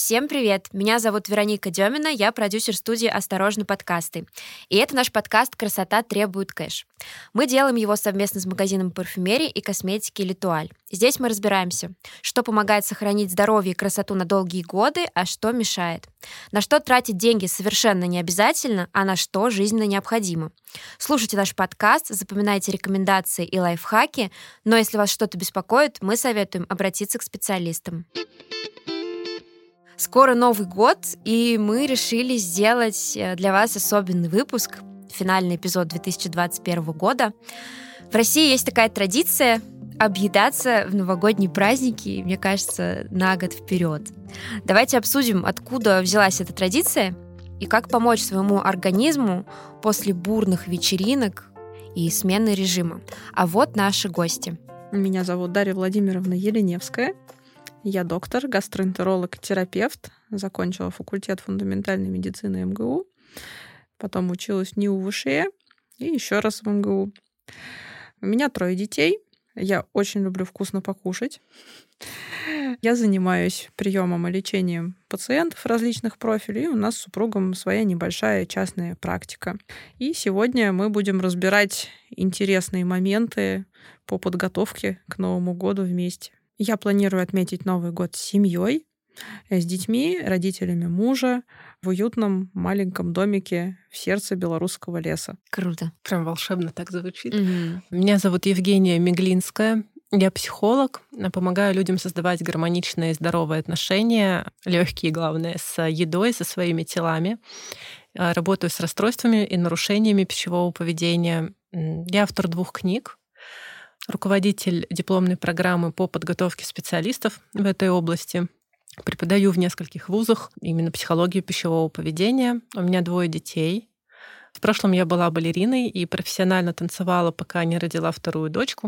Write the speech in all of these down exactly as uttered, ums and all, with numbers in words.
Всем привет! Меня зовут Вероника Демина, я продюсер студии «Осторожно, подкасты». И это наш подкаст «Красота требует кэш». Мы делаем его совместно с магазином парфюмерии и косметики «Литуаль». Здесь мы разбираемся, что помогает сохранить здоровье и красоту на долгие годы, а что мешает. На что тратить деньги совершенно не обязательно, а на что жизненно необходимо. Слушайте наш подкаст, запоминайте рекомендации и лайфхаки, но если вас что-то беспокоит, мы советуем обратиться к специалистам. Скоро Новый год, и мы решили сделать для вас особенный выпуск, финальный эпизод две тысячи двадцать первого года. В России есть такая традиция объедаться в новогодние праздники, мне кажется, на год вперед. Давайте обсудим, откуда взялась эта традиция и как помочь своему организму после бурных вечеринок и смены режима. А вот наши гости. Меня зовут Дарья Владимировна Еленевская. Я доктор, гастроэнтеролог и терапевт. Закончила факультет фундаментальной медицины эм гэ у. Потом училась в НИУ ВШЭ и еще раз в эм гэ у. У меня трое детей. Я очень люблю вкусно покушать. Я занимаюсь приемом и лечением пациентов различных профилей. И у нас с супругом своя небольшая частная практика. И сегодня мы будем разбирать интересные моменты по подготовке к Новому году вместе. Я планирую отметить Новый год с семьей, с детьми, родителями мужа в уютном маленьком домике в сердце белорусского леса. Круто. Прям волшебно так звучит. Угу. Меня зовут Евгения Меглинская. Я психолог, помогаю людям создавать гармоничные и здоровые отношения, легкие, главное, с едой, со своими телами. Работаю с расстройствами и нарушениями пищевого поведения. Я автор двух книг. Руководитель дипломной программы по подготовке специалистов в этой области. Преподаю в нескольких вузах именно психологию пищевого поведения. У меня двое детей. В прошлом я была балериной и профессионально танцевала, пока не родила вторую дочку.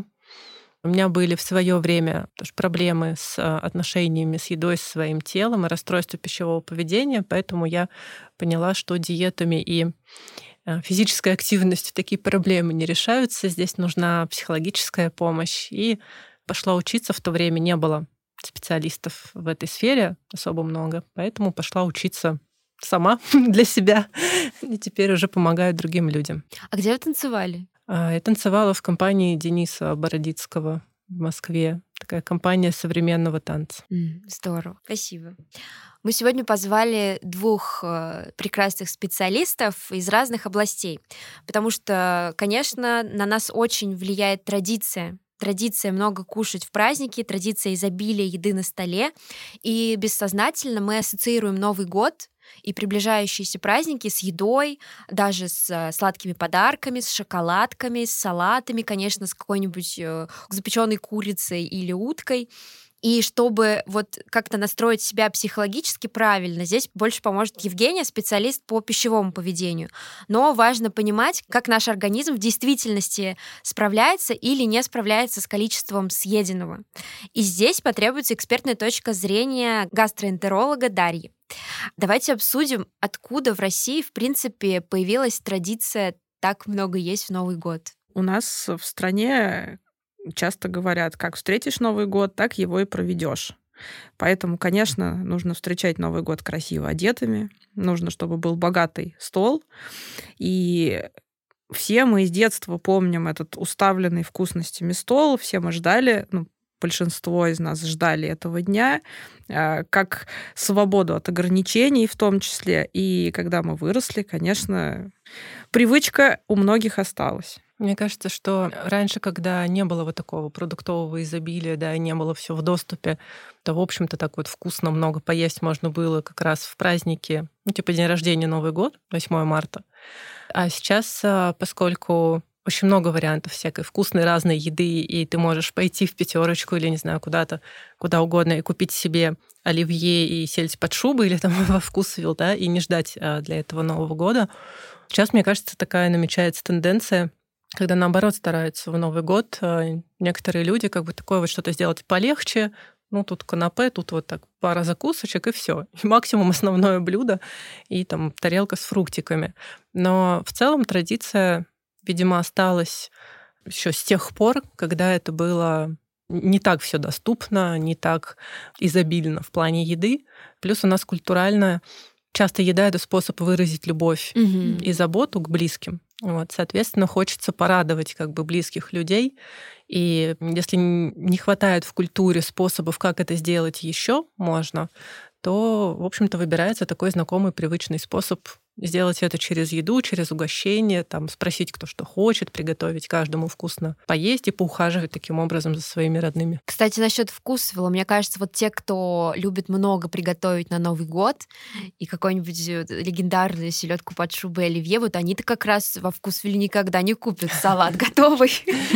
У меня были в свое время тоже проблемы с отношениями с едой, со своим телом и расстройства пищевого поведения, поэтому я поняла, что диетами и физической активностью такие проблемы не решаются. Здесь нужна психологическая помощь. И пошла учиться. В то время не было специалистов в этой сфере особо много, поэтому пошла учиться сама для себя. И теперь уже помогаю другим людям. А где вы танцевали? Я танцевала в компании Дениса Бородицкого в Москве. Такая компания современного танца. Mm, здорово. Спасибо. Мы сегодня позвали двух прекрасных специалистов из разных областей, потому что, конечно, на нас очень влияет традиция. Традиция много кушать в праздники, традиция изобилия еды на столе. И бессознательно мы ассоциируем Новый год и приближающиеся праздники с едой, даже с сладкими подарками, с шоколадками, с салатами, конечно, с какой-нибудь запеченной курицей или уткой. И чтобы вот как-то настроить себя психологически правильно, здесь больше поможет Евгения, специалист по пищевому поведению. Но важно понимать, как наш организм в действительности справляется или не справляется с количеством съеденного. И здесь потребуется экспертная точка зрения гастроэнтеролога Дарьи. Давайте обсудим, откуда в России, в принципе, появилась традиция так много есть в Новый год. У нас в стране часто говорят, как встретишь Новый год, так его и проведешь. Поэтому, конечно, нужно встречать Новый год красиво одетыми, нужно, чтобы был богатый стол. И все мы с детства помним этот уставленный вкусностями стол, все мы ждали, ну, большинство из нас ждали этого дня, как свободу от ограничений в том числе. И когда мы выросли, конечно, привычка у многих осталась. Мне кажется, что раньше, когда не было вот такого продуктового изобилия, да, и не было все в доступе, то, в общем-то, так вот вкусно много поесть можно было как раз в праздники, ну, типа день рождения, Новый год, восьмое марта. А сейчас, поскольку очень много вариантов всякой вкусной разной еды, и ты можешь пойти в пятерочку или, не знаю, куда-то, куда угодно и купить себе оливье и сельдь под шубой или там во вкусвилл, да, и не ждать для этого Нового года. Сейчас, мне кажется, такая намечается тенденция, когда, наоборот, стараются в Новый год некоторые люди как бы такое вот что-то сделать полегче, ну, тут канапе, тут вот так пара закусочек, и все. Максимум основное блюдо и там тарелка с фруктиками. Но в целом традиция, видимо, осталась еще с тех пор, когда это было не так все доступно, не так изобильно в плане еды. Плюс у нас культурально часто еда — это способ выразить любовь Мгм. и заботу к близким. Вот, соответственно, хочется порадовать как бы близких людей. И если н- не хватает в культуре способов, как это сделать еще можно, то, в общем-то, выбирается такой знакомый, привычный способ сделать это через еду, через угощение, там, спросить, кто что хочет, приготовить каждому вкусно поесть и поухаживать таким образом за своими родными. Кстати, насчет вкусвилла, мне кажется, вот те, кто любит много приготовить на Новый год и какой-нибудь э, легендарную селедку под шубой оливье, вот они-то как раз во вкусвилле никогда не купят салат готовый.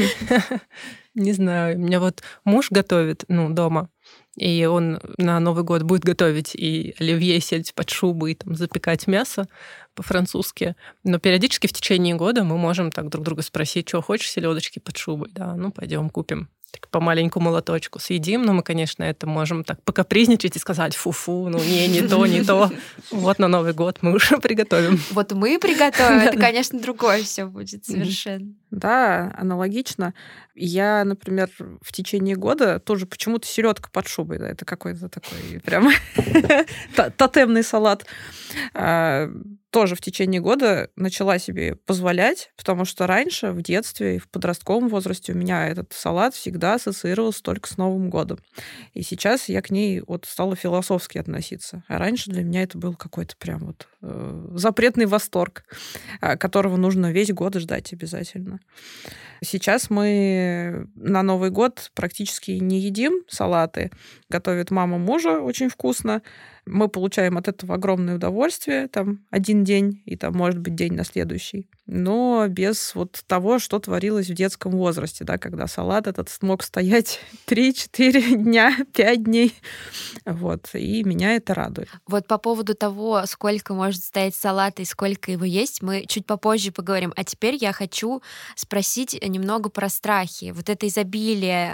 Не знаю, у меня вот муж готовит, ну, дома, и он на Новый год будет готовить и оливье, и сельдь под шубой, и там запекать мясо по-французски. Но периодически в течение года мы можем так друг друга спросить, что хочешь селедочки под шубой? Да, ну пойдем купим. Так по маленькому лоточку съедим, но мы, конечно, это можем так покапризничать и сказать фу-фу, ну не, не то, не то. Вот на Новый год мы уже приготовим. Вот мы приготовим, это, конечно, другое все будет совершенно. Да, аналогично. Я, например, в течение года тоже почему-то селедка под шубой, да, это какой-то такой прям тотемный салат. А, Тоже в течение года начала себе позволять, потому что раньше, в детстве и в подростковом возрасте у меня этот салат всегда ассоциировался только с Новым годом. И сейчас я к ней вот стала философски относиться. А раньше для меня это был какой-то прям вот э, запретный восторг, а, которого нужно весь год ждать обязательно. Сейчас мы на Новый год практически не едим салаты. Готовит мама мужа очень вкусно. Мы получаем от этого огромное удовольствие. Там один день и там, может быть, день на следующий. Но без вот того, что творилось в детском возрасте, да, когда салат этот мог стоять три-четыре дня, пять дней. Вот. И меня это радует. Вот по поводу того, сколько может стоять салат и сколько его есть, мы чуть попозже поговорим. А теперь я хочу спросить немного про страхи. Вот это изобилие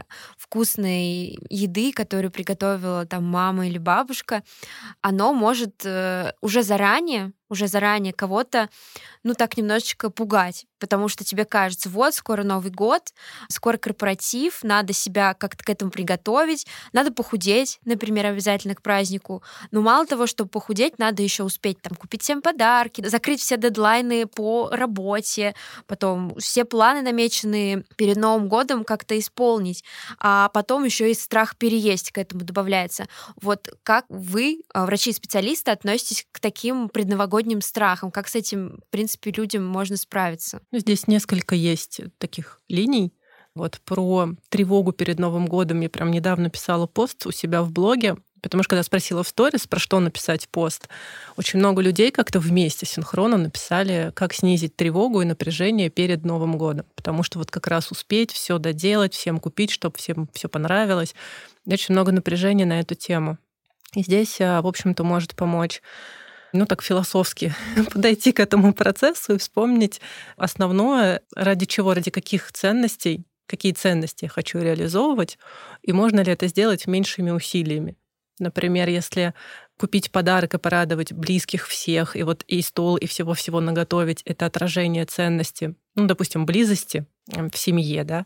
вкусной еды, которую приготовила там мама или бабушка, оно может э, уже заранее, уже заранее кого-то, ну, так немножечко пугать, потому что тебе кажется, вот, скоро Новый год, скоро корпоратив, надо себя как-то к этому приготовить, надо похудеть, например, обязательно к празднику. Но мало того, чтобы похудеть, надо еще успеть там купить всем подарки, закрыть все дедлайны по работе, потом все планы, намеченные перед Новым годом, как-то исполнить, а потом еще и страх переесть к этому добавляется. Вот как вы, врачи-специалисты, относитесь к таким предновогодним страхам? Как с этим, в принципе, людям можно справиться? Ну, здесь несколько есть таких линий. Вот про тревогу перед Новым годом я прям недавно писала пост у себя в блоге, потому что когда спросила в сторис, про что написать пост, очень много людей как-то вместе синхронно написали, как снизить тревогу и напряжение перед Новым годом. Потому что вот как раз успеть все доделать, всем купить, чтобы всем все понравилось. И очень много напряжения на эту тему. И здесь, в общем-то, может помочь, ну так философски подойти к этому процессу и вспомнить основное, ради чего, ради каких ценностей, какие ценности я хочу реализовывать, и можно ли это сделать меньшими усилиями. Например, если купить подарок и порадовать близких всех, и вот и стол, и всего-всего наготовить, это отражение ценности, ну, допустим, близости в семье, да,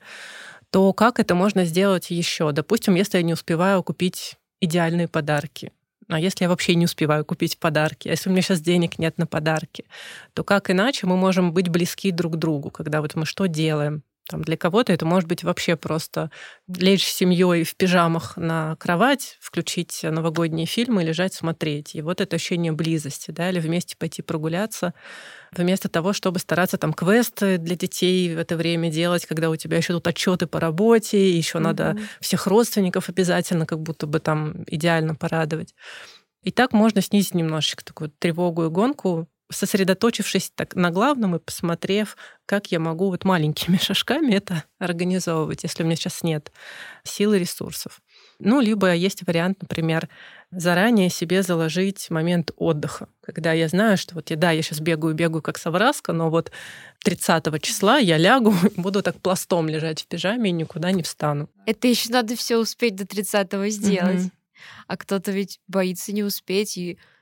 то как это можно сделать еще? Допустим, если я не успеваю купить идеальные подарки, а если я вообще не успеваю купить подарки, а если у меня сейчас денег нет на подарки, то как иначе мы можем быть близки друг к другу, когда вот мы что делаем? Там для кого-то это может быть вообще просто лечь с семьей в пижамах на кровать, включить новогодние фильмы и лежать смотреть. И вот это ощущение близости, да, или вместе пойти прогуляться, вместо того, чтобы стараться там квесты для детей в это время делать, когда у тебя еще тут отчеты по работе, еще mm-hmm. надо всех родственников обязательно как будто бы там идеально порадовать. И так можно снизить немножечко такую тревогу и гонку, сосредоточившись так на главном и посмотрев, как я могу вот маленькими шажками это организовывать, если у меня сейчас нет сил и ресурсов. Ну, либо есть вариант, например, заранее себе заложить момент отдыха, когда я знаю, что вот, да, я сейчас бегаю-бегаю как совраска, но вот тридцатого числа я лягу и буду так пластом лежать в пижаме и никуда не встану. Это еще надо все успеть до тридцатого сделать. Mm-hmm. А кто-то ведь боится не успеть и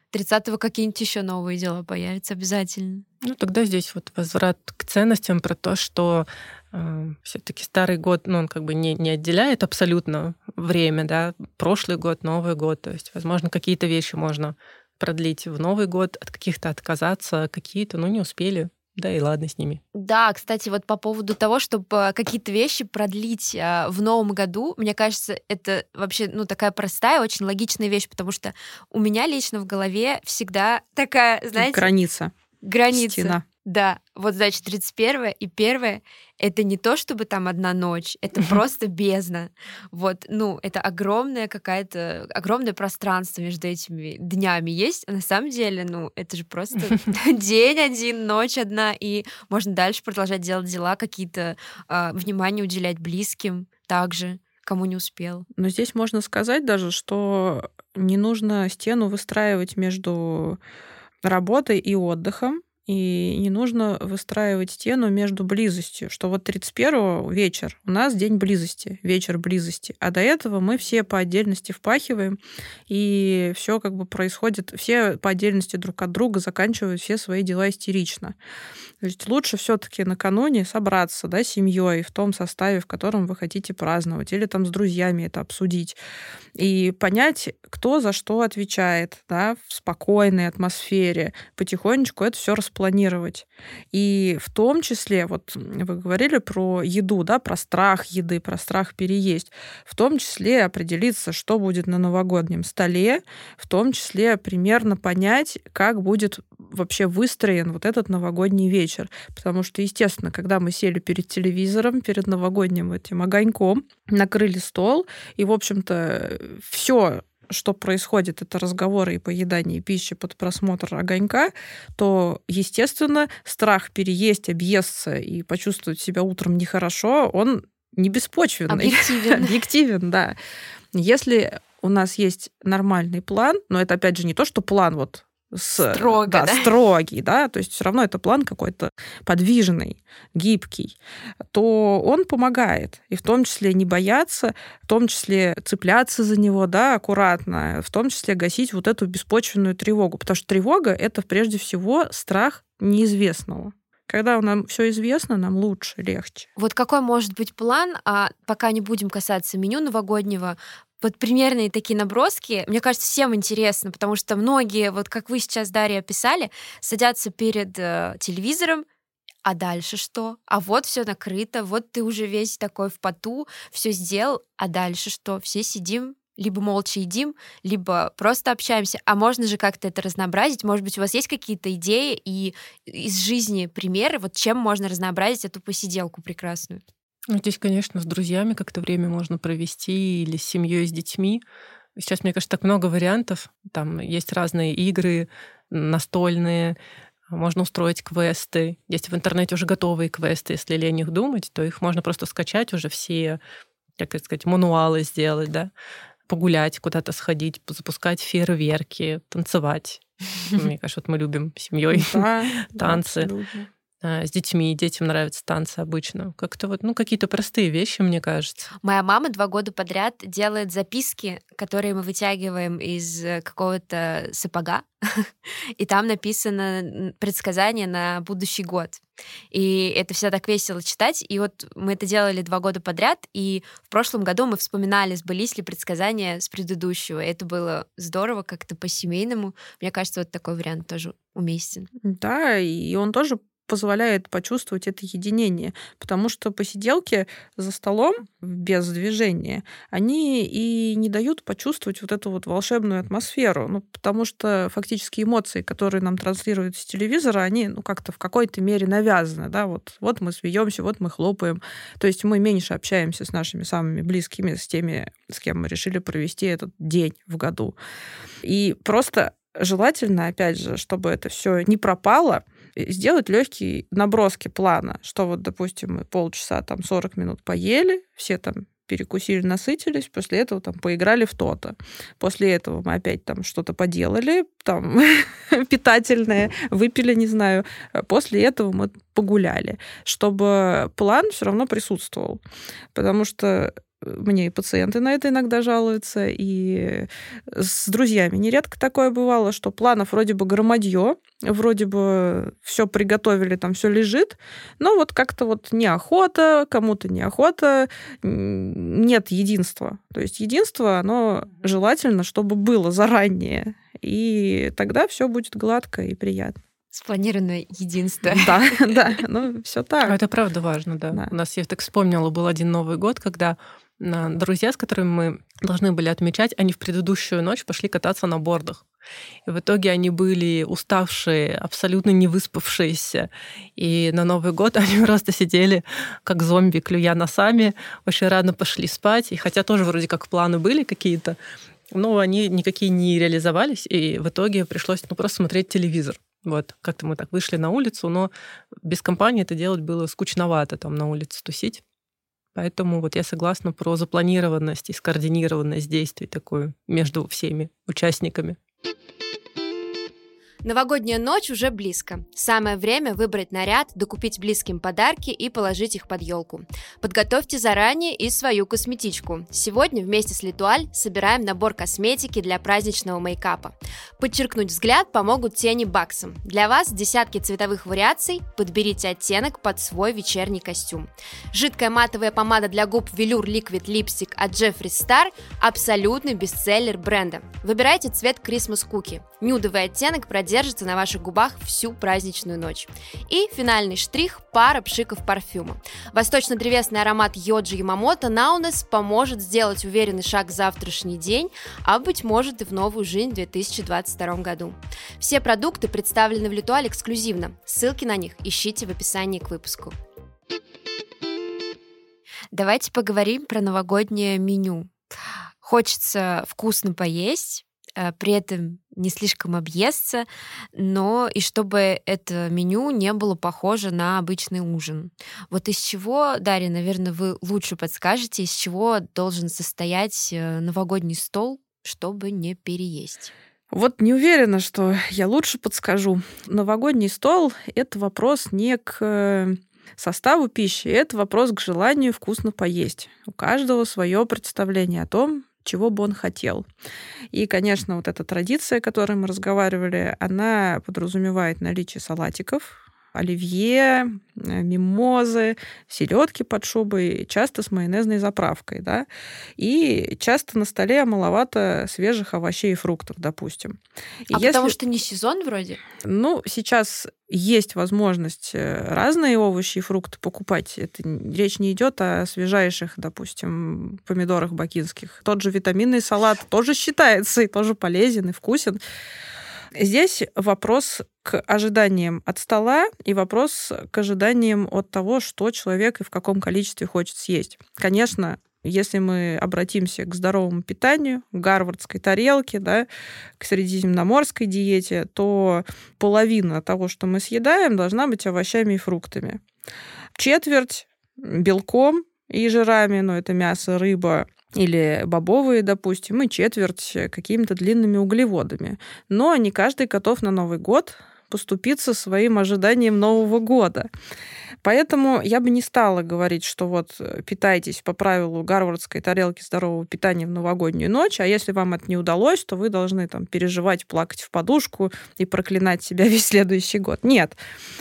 тридцатого какие-нибудь еще новые дела появятся обязательно. Ну, тогда здесь вот возврат к ценностям про то, что э, все-таки старый год, ну, он как бы не, не отделяет абсолютно время, да, прошлый год, Новый год. То есть, возможно, какие-то вещи можно продлить в Новый год, от каких-то отказаться, какие-то, ну, не успели. Да, и ладно с ними. Да, кстати, вот по поводу того, чтобы какие-то вещи продлить в новом году, мне кажется, это вообще, ну, такая простая, очень логичная вещь, потому что у меня лично в голове всегда такая, знаете... Граница. Граница. Стена. Да, вот, значит, тридцать первое и первое — это не то, чтобы там одна ночь, это просто бездна. Вот, ну, это огромное какая-то, огромное пространство между этими днями есть. А на самом деле, ну, это же просто день один, ночь одна, и можно дальше продолжать делать дела, какие-то а, внимание уделять близким также, кому не успел. Но здесь можно сказать даже, что не нужно стену выстраивать между работой и отдыхом, и не нужно выстраивать стену между близостью, что вот тридцать первого вечер у нас день близости, вечер близости, а до этого мы все по отдельности впахиваем, и все как бы происходит, все по отдельности друг от друга заканчивают все свои дела истерично. То есть лучше все-таки накануне собраться, да, семьей в том составе, в котором вы хотите праздновать, или там с друзьями это обсудить, и понять, кто за что отвечает, да, в спокойной атмосфере, потихонечку это все распланировать. И в том числе, вот вы говорили про еду, да, про страх еды, про страх переесть, в том числе определиться, что будет на новогоднем столе, в том числе примерно понять, как будет вообще выстроен вот этот новогодний вечер. Потому что, естественно, когда мы сели перед телевизором, перед новогодним этим огоньком, накрыли стол, и, в общем-то, все, что происходит, это разговоры и поедание пищи под просмотр огонька, то, естественно, страх переесть, объесться и почувствовать себя утром нехорошо, он не беспочвенный. Объективен. Объективен, да. Если у нас есть нормальный план, но это, опять же, не то, что план вот с, Строго, да, да? строгий, да, то есть все равно это план какой-то подвижный, гибкий, то он помогает, и в том числе не бояться, в том числе цепляться за него, да, аккуратно, в том числе гасить вот эту беспочвенную тревогу, потому что тревога — это прежде всего страх неизвестного. Когда нам все известно, нам лучше, легче. Вот какой может быть план, а пока не будем касаться меню новогоднего, вот примерные такие наброски, мне кажется, всем интересно, потому что многие, вот как вы сейчас, Дарья, описали, садятся перед э, телевизором, а дальше что? А вот все накрыто, вот ты уже весь такой в поту, все сделал, а дальше что? Все сидим, либо молча едим, либо просто общаемся. А можно же как-то это разнообразить? Может быть, у вас есть какие-то идеи и из жизни примеры, вот чем можно разнообразить эту посиделку прекрасную? Ну, здесь, конечно, с друзьями как-то время можно провести или с семьей, с детьми. Сейчас, мне кажется, так много вариантов. Там есть разные игры настольные, можно устроить квесты. Есть в интернете уже готовые квесты, если лень о них думать, то их можно просто скачать уже все, как это сказать, мануалы сделать, да, погулять, куда-то сходить, запускать фейерверки, танцевать. Мне кажется, вот мы любим семьей танцы. С детьми, детям нравятся танцы обычно. Как-то вот, ну, какие-то простые вещи, мне кажется. Моя мама два года подряд делает записки, которые мы вытягиваем из какого-то сапога, и там написано предсказание на будущий год. И это всегда так весело читать. И вот мы это делали два года подряд, и в прошлом году мы вспоминали, сбылись ли предсказания с предыдущего. И это было здорово, как-то по-семейному. Мне кажется, вот такой вариант тоже уместен. Да, и он тоже позволяет почувствовать это единение, потому что посиделки за столом без движения, они и не дают почувствовать вот эту вот волшебную атмосферу, ну, потому что фактически эмоции, которые нам транслируют с телевизора, они, ну, как-то в какой-то мере навязаны, да, вот, вот мы смеемся, вот мы хлопаем, то есть мы меньше общаемся с нашими самыми близкими, с теми, с кем мы решили провести этот день в году. И просто желательно, опять же, чтобы это все не пропало, сделать легкие наброски плана, что вот, допустим, мы полчаса, там, сорок минут поели, все там перекусили, насытились, после этого там поиграли в то-то. После этого мы опять там что-то поделали, там, питательное, выпили, не знаю. После этого мы погуляли, чтобы план все равно присутствовал. Потому что Мне и пациенты на это иногда жалуются, и с друзьями нередко такое бывало, что планов вроде бы громадье, вроде бы все приготовили, там все лежит, но вот как-то вот неохота, кому-то неохота, нет единства. То есть единство, оно желательно, чтобы было заранее, и тогда все будет гладко и приятно. Спланированное единство. Да, да, ну все так. Это правда важно, да. да. У нас, я так вспомнила, был один Новый год, когда друзья, с которыми мы должны были отмечать, они в предыдущую ночь пошли кататься на бордах. И в итоге они были уставшие, абсолютно не выспавшиеся. И на Новый год они просто сидели как зомби, клюя носами, очень рано пошли спать. И хотя тоже вроде как планы были какие-то, но они никакие не реализовались. И в итоге пришлось ну, просто смотреть телевизор. Вот, как-то мы так вышли на улицу, но без компании это делать было скучновато, там на улице тусить. Поэтому вот я согласна про запланированность и скоординированность действий такую между всеми участниками. Новогодняя ночь уже близко. Самое время выбрать наряд, докупить близким подарки и положить их под елку. Подготовьте заранее и свою косметичку. Сегодня вместе с Литуаль собираем набор косметики для праздничного мейкапа. Подчеркнуть взгляд помогут тени баксом. Для вас десятки цветовых вариаций, подберите оттенок под свой вечерний костюм. Жидкая матовая помада для губ Velour Liquid Lipstick от Jeffree Star – абсолютный бестселлер бренда. Выбирайте цвет Christmas Cookie. Нюдовый оттенок продержится на ваших губах всю праздничную ночь. И финальный штрих – пара пшиков парфюма. Восточно-древесный аромат Йоджи Ямамото Наунес поможет сделать уверенный шаг в завтрашний день, а, быть может, и в новую жизнь в две тысячи двадцать втором году. Все продукты представлены в Литуаль эксклюзивно. Ссылки на них ищите в описании к выпуску. Давайте поговорим про новогоднее меню. Хочется вкусно поесть, при этом не слишком объесться, но и чтобы это меню не было похоже на обычный ужин. Вот из чего, Дарья, наверное, вы лучше подскажете, из чего должен состоять новогодний стол, чтобы не переесть? Вот не уверена, что я лучше подскажу. Новогодний стол — это вопрос не к составу пищи, это вопрос к желанию вкусно поесть. У каждого свое представление о том, чего бы он хотел. И, конечно, вот эта традиция, о которой мы разговаривали, она подразумевает наличие салатиков, оливье, мимозы, селедки под шубой, часто с майонезной заправкой, да, и часто на столе маловато свежих овощей и фруктов, допустим. И а если... потому что не сезон вроде? Ну, сейчас есть возможность разные овощи и фрукты покупать. Это речь не идет о свежайших, допустим, помидорах бакинских. Тот же витаминный салат тоже считается и тоже полезен и вкусен. Здесь вопрос к ожиданиям от стола и вопрос к ожиданиям от того, что человек и в каком количестве хочет съесть. Конечно, если мы обратимся к здоровому питанию, к гарвардской тарелке, да, к средиземноморской диете, то половина того, что мы съедаем, должна быть овощами и фруктами. Четверть белком и жирами, ну, это мясо, рыба, или бобовые, допустим, и четверть какими-то длинными углеводами. Но не каждый готов на Новый год поступиться своим ожиданием Нового года. Поэтому я бы не стала говорить, что вот питайтесь по правилу гарвардской тарелки здорового питания в новогоднюю ночь, а если вам это не удалось, то вы должны там переживать, плакать в подушку и проклинать себя весь следующий год. Нет.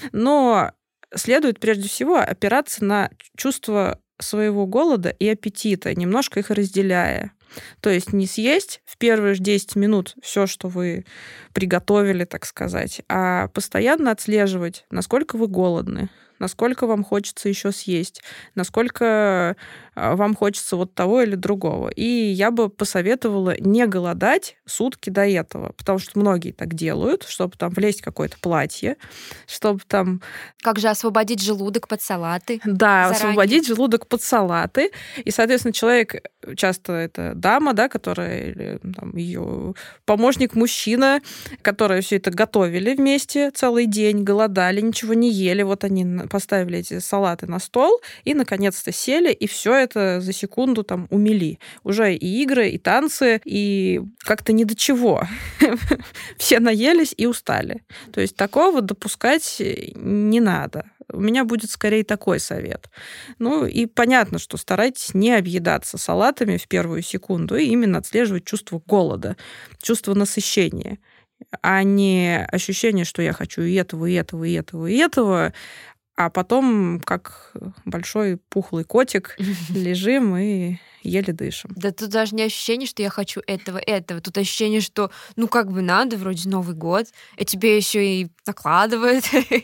Но следует прежде всего опираться на чувство своего голода и аппетита, немножко их разделяя. То есть не съесть в первые же десять минут все, что вы приготовили, так сказать, а постоянно отслеживать, насколько вы голодны, насколько вам хочется еще съесть, насколько вам хочется вот того или другого. И я бы посоветовала не голодать сутки до этого, потому что многие так делают, чтобы там влезть в какое-то платье, чтобы там... Как же освободить желудок под салаты? Да, заранее. освободить желудок под салаты. И, соответственно, человек, часто это дама, да, которая, или там, ее помощник мужчина, которые все это готовили вместе целый день, голодали, ничего не ели. Вот они поставили эти салаты на стол и, наконец-то, сели, и все это за секунду там умели. Уже и игры, и танцы, и как-то ни до чего. Все наелись и устали. То есть такого допускать не надо. у меня будет скорее такой совет. Ну и понятно, что старайтесь не объедаться салатами в первую секунду и именно отслеживать чувство голода, чувство насыщения, а не ощущение, что я хочу и этого, и этого, и этого, и этого, а потом, как большой пухлый котик, лежим и еле дышим. Да тут даже не ощущение, что я хочу этого, этого. Тут ощущение, что ну как бы надо, вроде Новый год, и тебе еще и накладывают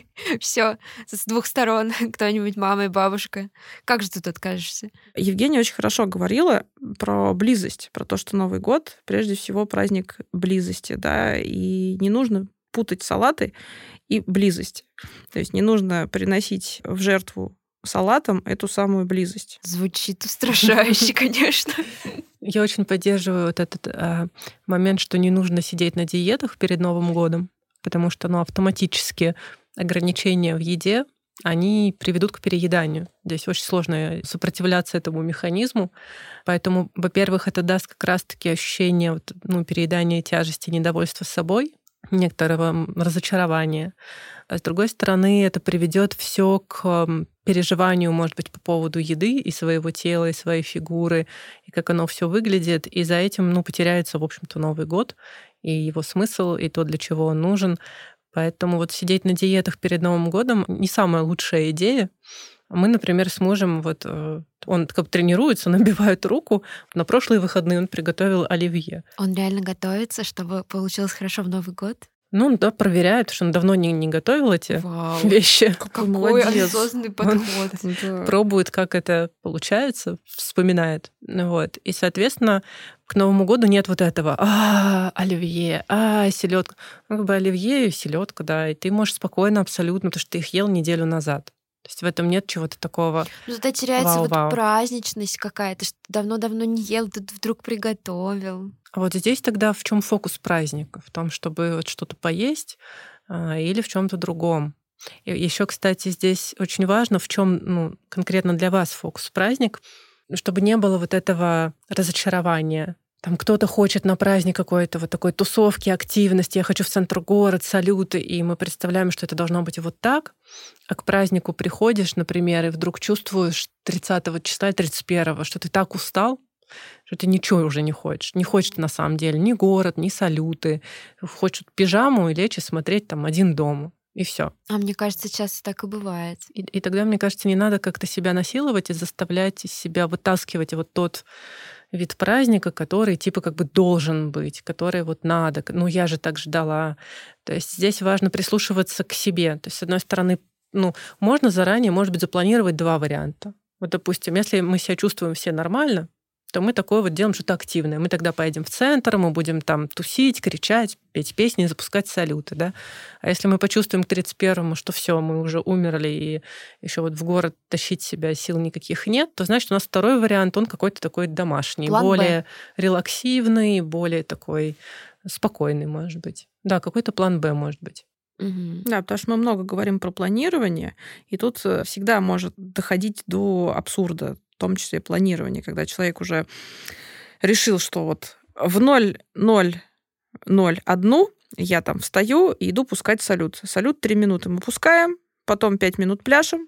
все с двух сторон кто-нибудь, мама и бабушка. Как же тут откажешься? Евгения очень хорошо говорила про близость, про то, что Новый год прежде всего праздник близости, да, и не нужно путать салаты и близость. То есть не нужно приносить в жертву салатом эту самую близость. Звучит устрашающе, конечно. Я очень поддерживаю вот этот а, момент, что не нужно сидеть на диетах перед Новым годом, потому что ну, автоматически ограничения в еде, они приведут к перееданию. Здесь очень сложно сопротивляться этому механизму. Поэтому, во-первых, это даст как раз-таки ощущение вот, ну, переедания, тяжести, недовольства собой, некоторого разочарования. А с другой стороны, это приведет все к переживанию, может быть, по поводу еды и своего тела, и своей фигуры, и как оно все выглядит. И за этим ну, потеряется, в общем-то, Новый год, и его смысл, и то, для чего он нужен. Поэтому вот сидеть на диетах перед Новым годом не самая лучшая идея. Мы, например, с мужем, вот он как тренируется, набивает руку. На прошлые выходные он приготовил оливье. Он реально готовится, чтобы получилось хорошо в Новый год? Ну, да, проверяет, потому что он давно не, не готовил эти Вау. вещи. Какой молодец. Осознанный подход. Он пробует, как это получается, вспоминает. Вот. И, соответственно, к Новому году нет вот этого «А, оливье, а, селедка». Ну, как бы оливье и селедка, да, и ты можешь спокойно абсолютно, потому что ты их ел неделю назад. То есть в этом нет чего-то такого. Ну, тогда теряется вау-вау. Вот праздничность какая-то, что давно-давно не ел, тут вдруг приготовил. А вот здесь тогда в чем фокус праздника? В том, чтобы вот что-то поесть а, или в чем-то другом. И еще, кстати, здесь очень важно, в чем ну, конкретно для вас фокус праздник, чтобы не было вот этого разочарования. Там кто-то хочет на праздник какой-то вот такой тусовки, активности, я хочу в центр города, салюты, и мы представляем, что это должно быть вот так, а к празднику приходишь, например, и вдруг чувствуешь тридцатого числа, тридцать первого, что ты так устал, что ты ничего уже не хочешь. Не хочешь на самом деле ни город, ни салюты. Хочешь пижаму и лечь и смотреть там «Один дома». И все. А мне кажется, часто так и бывает. И, и тогда, мне кажется, не надо как-то себя насиловать и заставлять из себя вытаскивать вот тот вид праздника, который типа как бы должен быть, который вот надо. Ну, я же так ждала. То есть здесь важно прислушиваться к себе. То есть, с одной стороны, ну, можно заранее, может быть, запланировать два варианта. Вот, допустим, если мы себя чувствуем все нормально, то мы такое вот делаем что-то активное. Мы тогда поедем в центр, мы будем там тусить, кричать, петь песни, запускать салюты, да. А если мы почувствуем к тридцать первому, что все, мы уже умерли, и еще вот в город тащить себя сил никаких нет, то значит, у нас второй вариант, он какой-то такой домашний, План более Б. релаксивный, более такой спокойный, может быть. Да, какой-то план Б, может быть. Угу. Да, потому что мы много говорим про планирование, и тут всегда может доходить до абсурда, в том числе планирование, когда человек уже решил, что вот в ноль ноль ноль одну я там встаю и иду пускать салют. Салют три минуты мы пускаем, потом пять минут пляшем.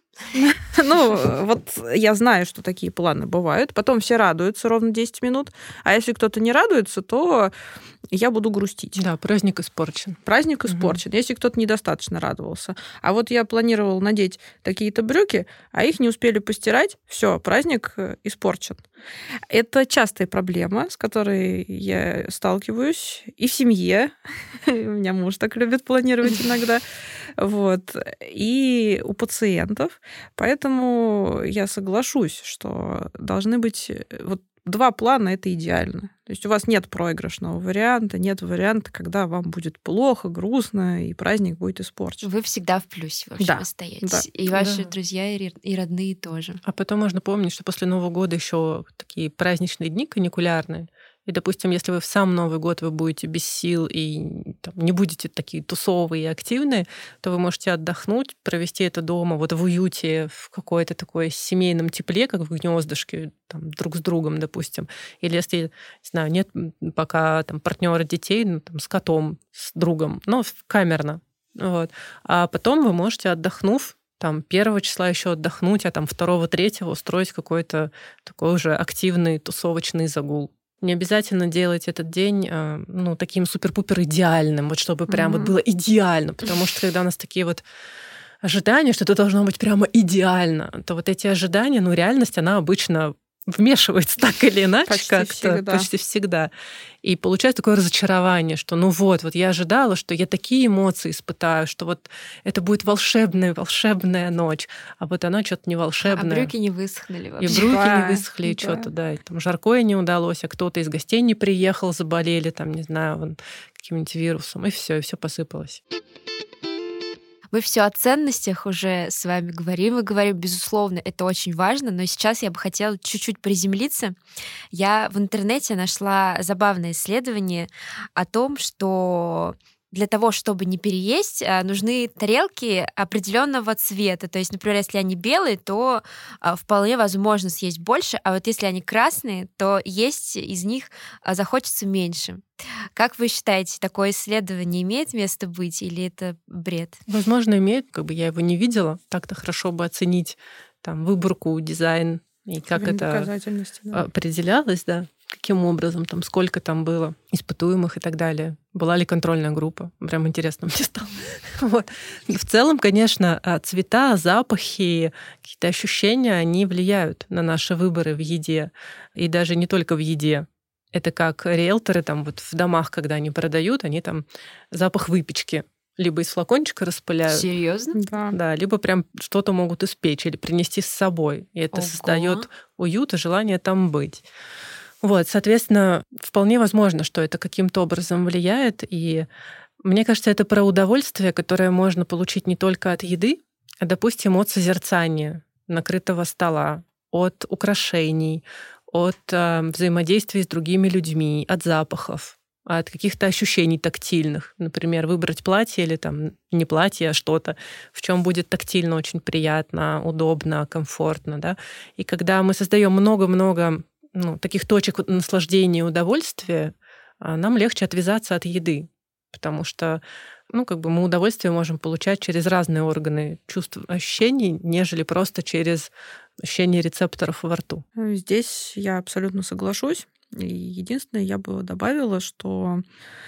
Ну, вот я знаю, что такие планы бывают. Потом все радуются ровно десять минут. А если кто-то не радуется, то я буду грустить. Да, праздник испорчен. Праздник испорчен, угу. Если кто-то недостаточно радовался. А вот я планировала надеть такие-то брюки, а их не успели постирать. Все, праздник испорчен. Это частая проблема, с которой я сталкиваюсь и в семье. У меня муж так любит планировать иногда. Вот. И у пациентов. Поэтому я соглашусь, что должны быть вот два плана, это идеально. То есть у вас нет проигрышного варианта, нет варианта, когда вам будет плохо, грустно, и праздник будет испорчен. Вы всегда в плюсе, в общем, да, остаетесь. Да. И ваши да. друзья, и родные тоже. А потом можно помнить, что после Нового года еще такие праздничные дни каникулярные. И, допустим, если вы в сам Новый год вы будете без сил и там, не будете такие тусовые и активные, то вы можете отдохнуть, провести это дома вот в уюте, в какой-то такой семейном тепле, как в гнездышке, там, друг с другом, допустим. Или если, не знаю, нет пока там, партнера детей, ну, там, с котом, с другом, но камерно. Вот. А потом вы можете, отдохнув, там первого числа еще отдохнуть, а там второго, третьего устроить какой-то такой уже активный тусовочный загул. Не обязательно делать этот день ну, таким супер-пупер идеальным, вот чтобы прям mm-hmm. вот было идеально, потому что когда у нас такие вот ожидания, что это должно быть прямо идеально, то вот эти ожидания, ну, реальность, она обычно вмешивается так или иначе почти как-то, всегда. почти всегда. И получается такое разочарование, что ну вот, вот я ожидала, что я такие эмоции испытаю, что вот это будет волшебная, волшебная ночь, а вот она что-то не волшебная. А брюки не высохнули вообще. И брюки да, не высохли, и да. что-то, да, и там жаркое не удалось, а кто-то из гостей не приехал, заболели, там, не знаю, вон, каким-нибудь вирусом, и все, и все посыпалось. Мы все о ценностях уже с вами говорим и говорим, безусловно, это очень важно, но сейчас я бы хотела чуть-чуть приземлиться. Я в интернете нашла забавное исследование о том, что для того, чтобы не переесть, нужны тарелки определенного цвета. То есть, например, если они белые, то вполне возможно съесть больше, а вот если они красные, то есть из них захочется меньше. Как вы считаете, такое исследование имеет место быть или это бред? Возможно, имеет. Как бы я его не видела. Так-то хорошо бы оценить там выборку, дизайн и как это да. определялось, да. Каким образом, там, сколько там было испытуемых и так далее. Была ли контрольная группа? Прям интересно мне стало. Вот. В целом, конечно, цвета, запахи, какие-то ощущения, они влияют на наши выборы в еде. И даже не только в еде. Это как риэлторы там вот в домах, когда они продают, они там запах выпечки либо из флакончика распыляют. Серьезно? Да. Да, либо прям что-то могут испечь или принести с собой. И это Ого. создает уют и желание там быть. Вот, соответственно, вполне возможно, что это каким-то образом влияет. И мне кажется, это про удовольствие, которое можно получить не только от еды, а, допустим, от созерцания накрытого стола, от украшений, от э, взаимодействия с другими людьми, от запахов, от каких-то ощущений тактильных. Например, выбрать платье или там не платье, а что-то, в чем будет тактильно очень приятно, удобно, комфортно. Да? И когда мы создаем много-много ну, таких точек наслаждения и удовольствия, нам легче отвязаться от еды, потому что ну, как бы мы удовольствие можем получать через разные органы чувств, ощущений, нежели просто через ощущение рецепторов во рту. Здесь я абсолютно соглашусь. И единственное, я бы добавила, что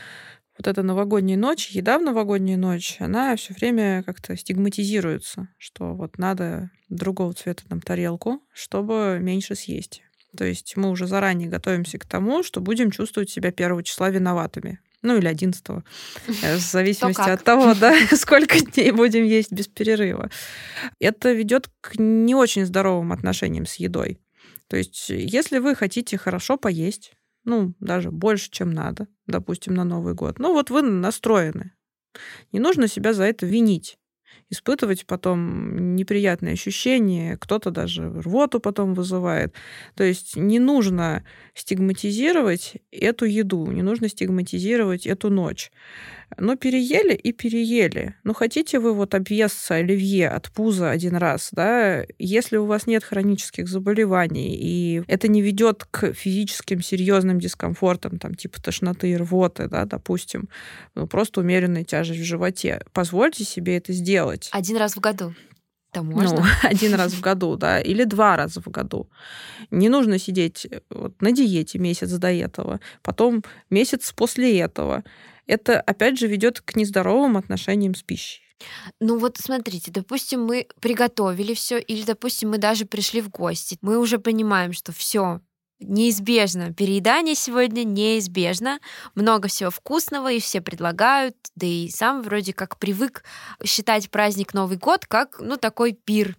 вот эта новогодняя ночь, еда в новогоднюю ночь, она все время как-то стигматизируется, что вот надо другого цвета там тарелку, чтобы меньше съесть. То есть мы уже заранее готовимся к тому, что будем чувствовать себя первого числа виноватыми. Ну или одиннадцатого, в зависимости от того, да, сколько дней будем есть без перерыва. Это ведет к не очень здоровым отношениям с едой. То есть если вы хотите хорошо поесть, ну, даже больше, чем надо, допустим, на Новый год, ну вот вы настроены. Не нужно себя за это винить. Испытывать потом неприятные ощущения, кто-то даже рвоту потом вызывает. То есть не нужно стигматизировать эту еду, не нужно стигматизировать эту ночь. Ну, переели и переели. Ну, хотите вы вот объесться оливье от пуза один раз, да, если у вас нет хронических заболеваний, и это не ведет к физическим серьезным дискомфортам, там, типа тошноты и рвоты, да, допустим, ну, просто умеренная тяжесть в животе, позвольте себе это сделать. Один раз в году. Да можно? Ну, один раз в году, да, или два раза в году. Не нужно сидеть вот на диете месяц до этого, потом месяц после этого. Это, опять же, ведет к нездоровым отношениям с пищей. Ну вот смотрите, допустим, мы приготовили все, или, допустим, мы даже пришли в гости. Мы уже понимаем, что все неизбежно. Переедание сегодня неизбежно. Много всего вкусного, и все предлагают. Да и сам вроде как привык считать праздник Новый год как, ну, такой пир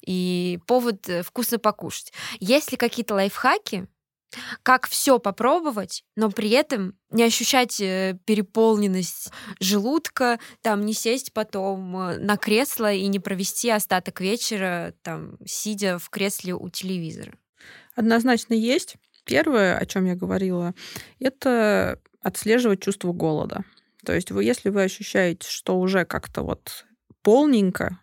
и повод вкусно покушать. Есть ли какие-то лайфхаки, как все попробовать, но при этом не ощущать переполненность желудка, там, не сесть потом на кресло и не провести остаток вечера, там, сидя в кресле у телевизора? Однозначно есть. Первое, о чем я говорила, это отслеживать чувство голода. То есть вы, если вы ощущаете, что уже как-то вот полненько,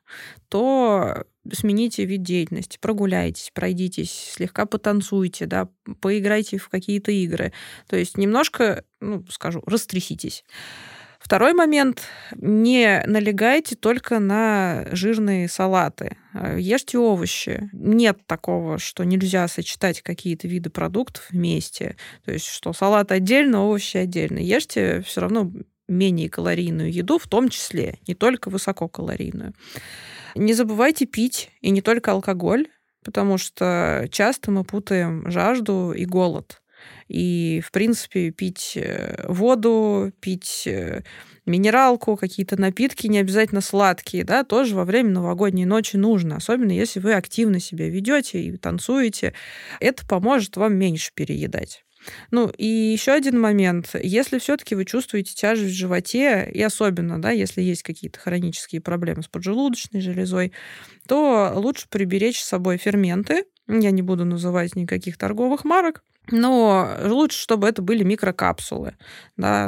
то смените вид деятельности, прогуляйтесь, пройдитесь, слегка потанцуйте, да, поиграйте в какие-то игры. То есть немножко, ну, скажу, растряситесь. Второй момент. Не налегайте только на жирные салаты. Ешьте овощи. Нет такого, что нельзя сочетать какие-то виды продуктов вместе. То есть, что салат отдельно, овощи отдельно. Ешьте все равно менее калорийную еду, в том числе, не только высококалорийную. Не забывайте пить, и не только алкоголь, потому что часто мы путаем жажду и голод. И, в принципе, пить воду, пить минералку, какие-то напитки, не обязательно сладкие, да, тоже во время новогодней ночи нужно, особенно если вы активно себя ведете и танцуете. Это поможет вам меньше переедать. Ну, и еще один момент. Если все-таки вы чувствуете тяжесть в животе, и особенно, да, если есть какие-то хронические проблемы с поджелудочной железой, то лучше приберечь с собой ферменты. Я не буду называть никаких торговых марок, но лучше, чтобы это были микрокапсулы, да,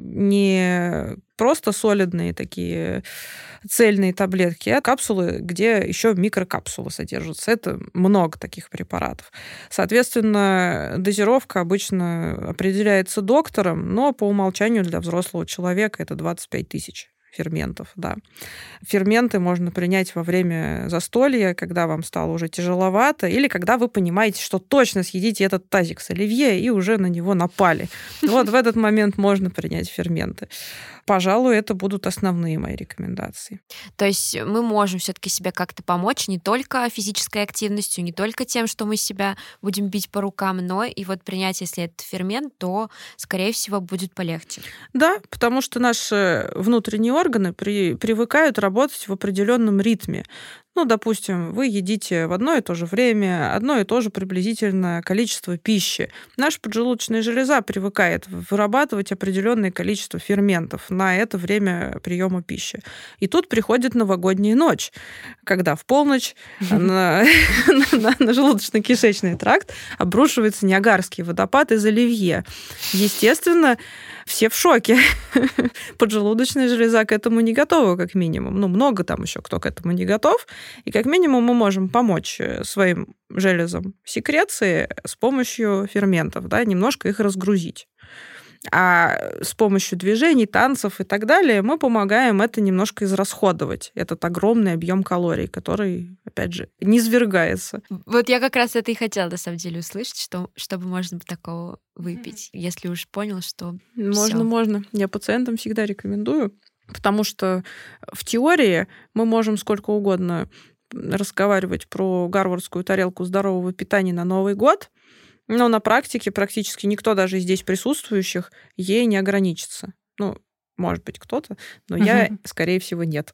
не просто солидные такие цельные таблетки, а капсулы, где еще микрокапсулы содержатся. Это много таких препаратов. Соответственно, дозировка обычно определяется доктором, но по умолчанию для взрослого человека это двадцать пять тысяч ферментов, да. Ферменты можно принять во время застолья, когда вам стало уже тяжеловато, или когда вы понимаете, что точно съедите этот тазик с оливье и уже на него напали. Вот в этот момент можно принять ферменты. Пожалуй, это будут основные мои рекомендации. То есть мы можем все-таки себе как-то помочь не только физической активностью, не только тем, что мы себя будем бить по рукам, но и вот принять, если это фермент, то, скорее всего, будет полегче. Да, потому что наши внутренние органы при, привыкают работать в определенном ритме. Ну, допустим, вы едите в одно и то же время, одно и то же приблизительное количество пищи. Наша поджелудочная железа привыкает вырабатывать определенное количество ферментов на это время приема пищи. И тут приходит новогодняя ночь, когда в полночь на желудочно-кишечный тракт обрушивается Ниагарский водопад из оливье. Естественно, все в шоке. Поджелудочная железа к этому не готова, как минимум. Ну, много там еще кто к этому не готов. И как минимум мы можем помочь своим железам секреции с помощью ферментов, да, немножко их разгрузить. А с помощью движений, танцев и так далее мы помогаем это немножко израсходовать. Этот огромный объем калорий, который, опять же, низвергается. Вот я как раз это и хотела, на самом деле, услышать, что, чтобы можно такого выпить, mm-hmm. если уж понял, что Можно, всё. можно. Я пациентам всегда рекомендую, потому что в теории мы можем сколько угодно разговаривать про гарвардскую тарелку здорового питания на Новый год, но на практике практически никто, даже из здесь присутствующих, ей не ограничится. Ну, может быть, кто-то, но я, скорее всего, нет.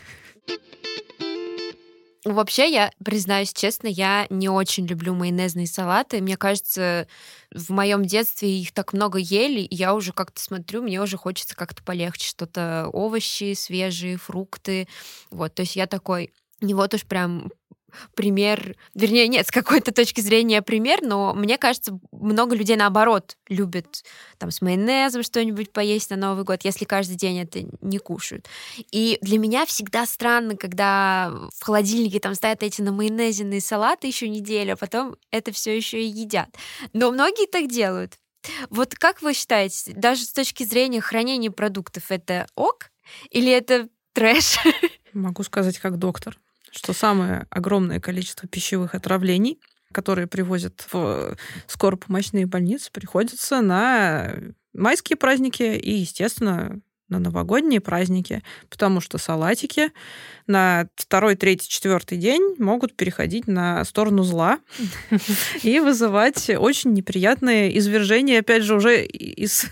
Вообще, я признаюсь честно, я не очень люблю майонезные салаты. Мне кажется, в моем детстве их так много ели, и я уже как-то смотрю, мне уже хочется как-то полегче. Что-то овощи свежие, фрукты. Вот, то есть я такой, не вот уж прям пример, вернее, нет, с какой-то точки зрения пример, но мне кажется, много людей, наоборот, любят там с майонезом что-нибудь поесть на Новый год, если каждый день это не кушают. И для меня всегда странно, когда в холодильнике там стоят эти намайонезенные салаты еще неделю, а потом это все еще и едят. Но многие так делают. Вот как вы считаете, даже с точки зрения хранения продуктов, это ок или это трэш? Могу сказать как доктор, что самое огромное количество пищевых отравлений, которые привозят в скоропомощные больницы, приходится на майские праздники и, естественно, на новогодние праздники, потому что салатики на второй, третий, четвертый день могут переходить на сторону зла и вызывать очень неприятные извержения, опять же, уже из...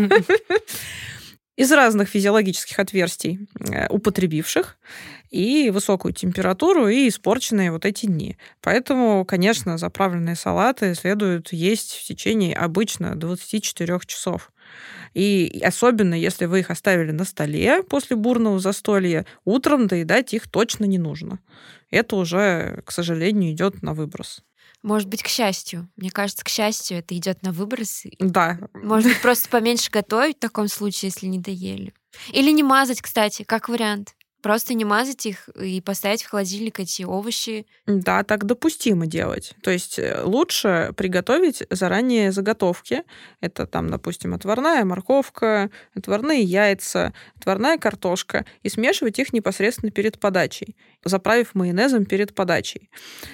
из разных физиологических отверстий употребивших, и высокую температуру, и испорченные вот эти дни. Поэтому, конечно, заправленные салаты следует есть в течение обычно двадцати четырёх часов. И особенно, если вы их оставили на столе после бурного застолья, утром доедать их точно не нужно. Это уже, к сожалению, идет на выброс. Может быть, к счастью. Мне кажется, к счастью, это идет на выброс. Да. Может быть, просто поменьше готовить в таком случае, если не доели. Или не мазать, кстати, как вариант. Просто не мазать их и поставить в холодильник эти овощи. Да, так допустимо делать. То есть лучше приготовить заранее заготовки. Это там, допустим, отварная морковка, отварные яйца, отварная картошка, и смешивать их непосредственно перед подачей, заправив майонезом перед подачей.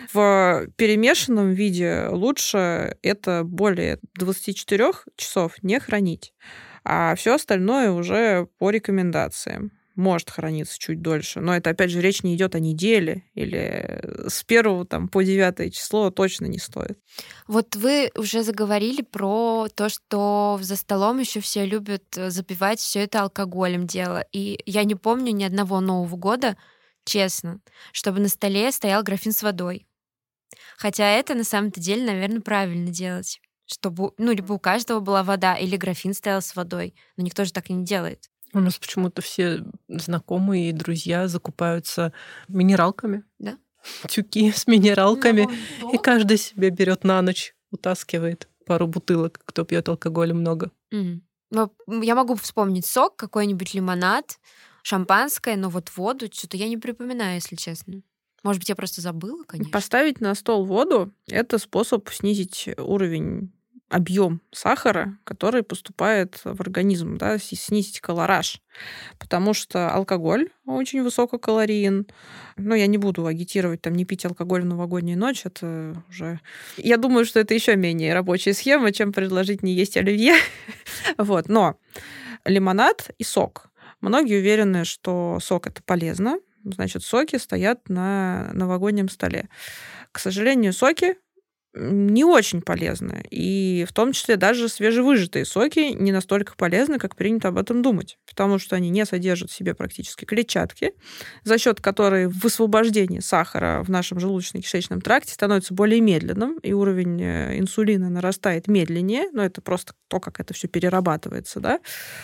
В перемешанном виде лучше это более двадцати четырёх часов не хранить, а все остальное уже по рекомендациям. Может храниться чуть дольше, но это, опять же, речь не идет о неделе или с первого там, по девятое число точно не стоит. Вот вы уже заговорили про то, что за столом еще все любят запивать все это алкоголем дело. И я не помню ни одного Нового года, честно, чтобы на столе стоял графин с водой. Хотя это на самом-то деле, наверное, правильно делать. Чтобы, ну, либо у каждого была вода, или графин стоял с водой. Но никто же так и не делает. У нас почему-то все знакомые и друзья закупаются минералками. Да? Тюки с минералками. Ну, и каждый себе берет на ночь, утаскивает пару бутылок, кто пьет алкоголя много. Mm. Ну, я могу вспомнить сок, какой-нибудь лимонад, шампанское, но вот воду что-то я не припоминаю, если честно. Может быть, я просто забыла, конечно. Поставить на стол воду — это способ снизить уровень, объем сахара, который поступает в организм, да, снизить колораж. Потому что алкоголь очень высококалорийен. Но я не буду агитировать там не пить алкоголь в новогоднюю ночь. Это уже... Я думаю, что это еще менее рабочая схема, чем предложить не есть оливье. Вот. Но лимонад и сок. Многие уверены, что сок — это полезно. Значит, соки стоят на новогоднем столе. К сожалению, соки не очень полезны. И в том числе даже свежевыжатые соки не настолько полезны, как принято об этом думать. Потому что они не содержат в себе практически клетчатки, за счет которой высвобождение сахара в нашем желудочно-кишечном тракте становится более медленным, и уровень инсулина нарастает медленнее. Но это просто то, как это все перерабатывается, да.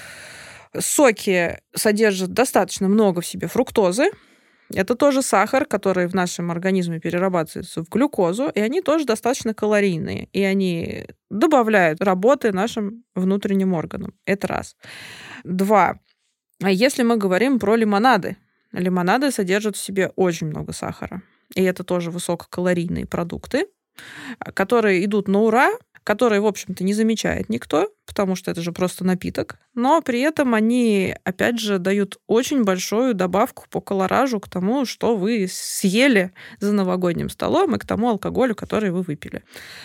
Соки содержат достаточно много в себе фруктозы. Это тоже сахар, который в нашем организме перерабатывается в глюкозу, и они тоже достаточно калорийные, и они добавляют работы нашим внутренним органам. Это раз. Два. А если мы говорим про лимонады, лимонады содержат в себе очень много сахара, и это тоже высококалорийные продукты, которые идут на ура, которые, в общем-то, не замечает никто, потому что это же просто напиток, но при этом они, опять же, дают очень большую добавку по колоражу к тому, что вы съели за новогодним столом, и к тому алкоголю, который вы выпили.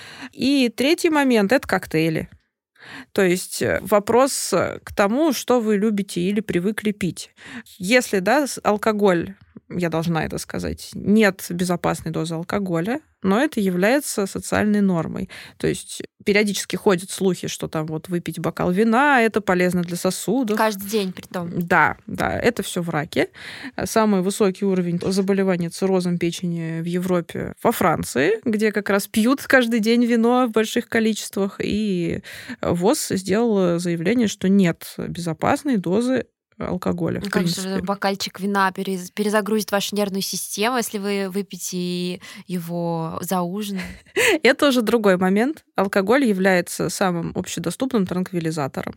И третий момент — это коктейли. То есть вопрос к тому, что вы любите или привыкли пить. Если, да, алкоголь, я должна это сказать, нет безопасной дозы алкоголя, но это является социальной нормой. То есть периодически ходят слухи, что там вот выпить бокал вина, это полезно для сосудов. Каждый день при том. Да, да, это все враки. Самый высокий уровень заболевания циррозом печени в Европе во Франции, где как раз пьют каждый день вино в больших количествах, и ВОЗ сделал заявление, что нет безопасной дозы алкоголя. Как же бокальчик вина перезагрузит вашу нервную систему, если вы выпьете его за ужином? Это уже другой момент. Алкоголь является самым общедоступным транквилизатором.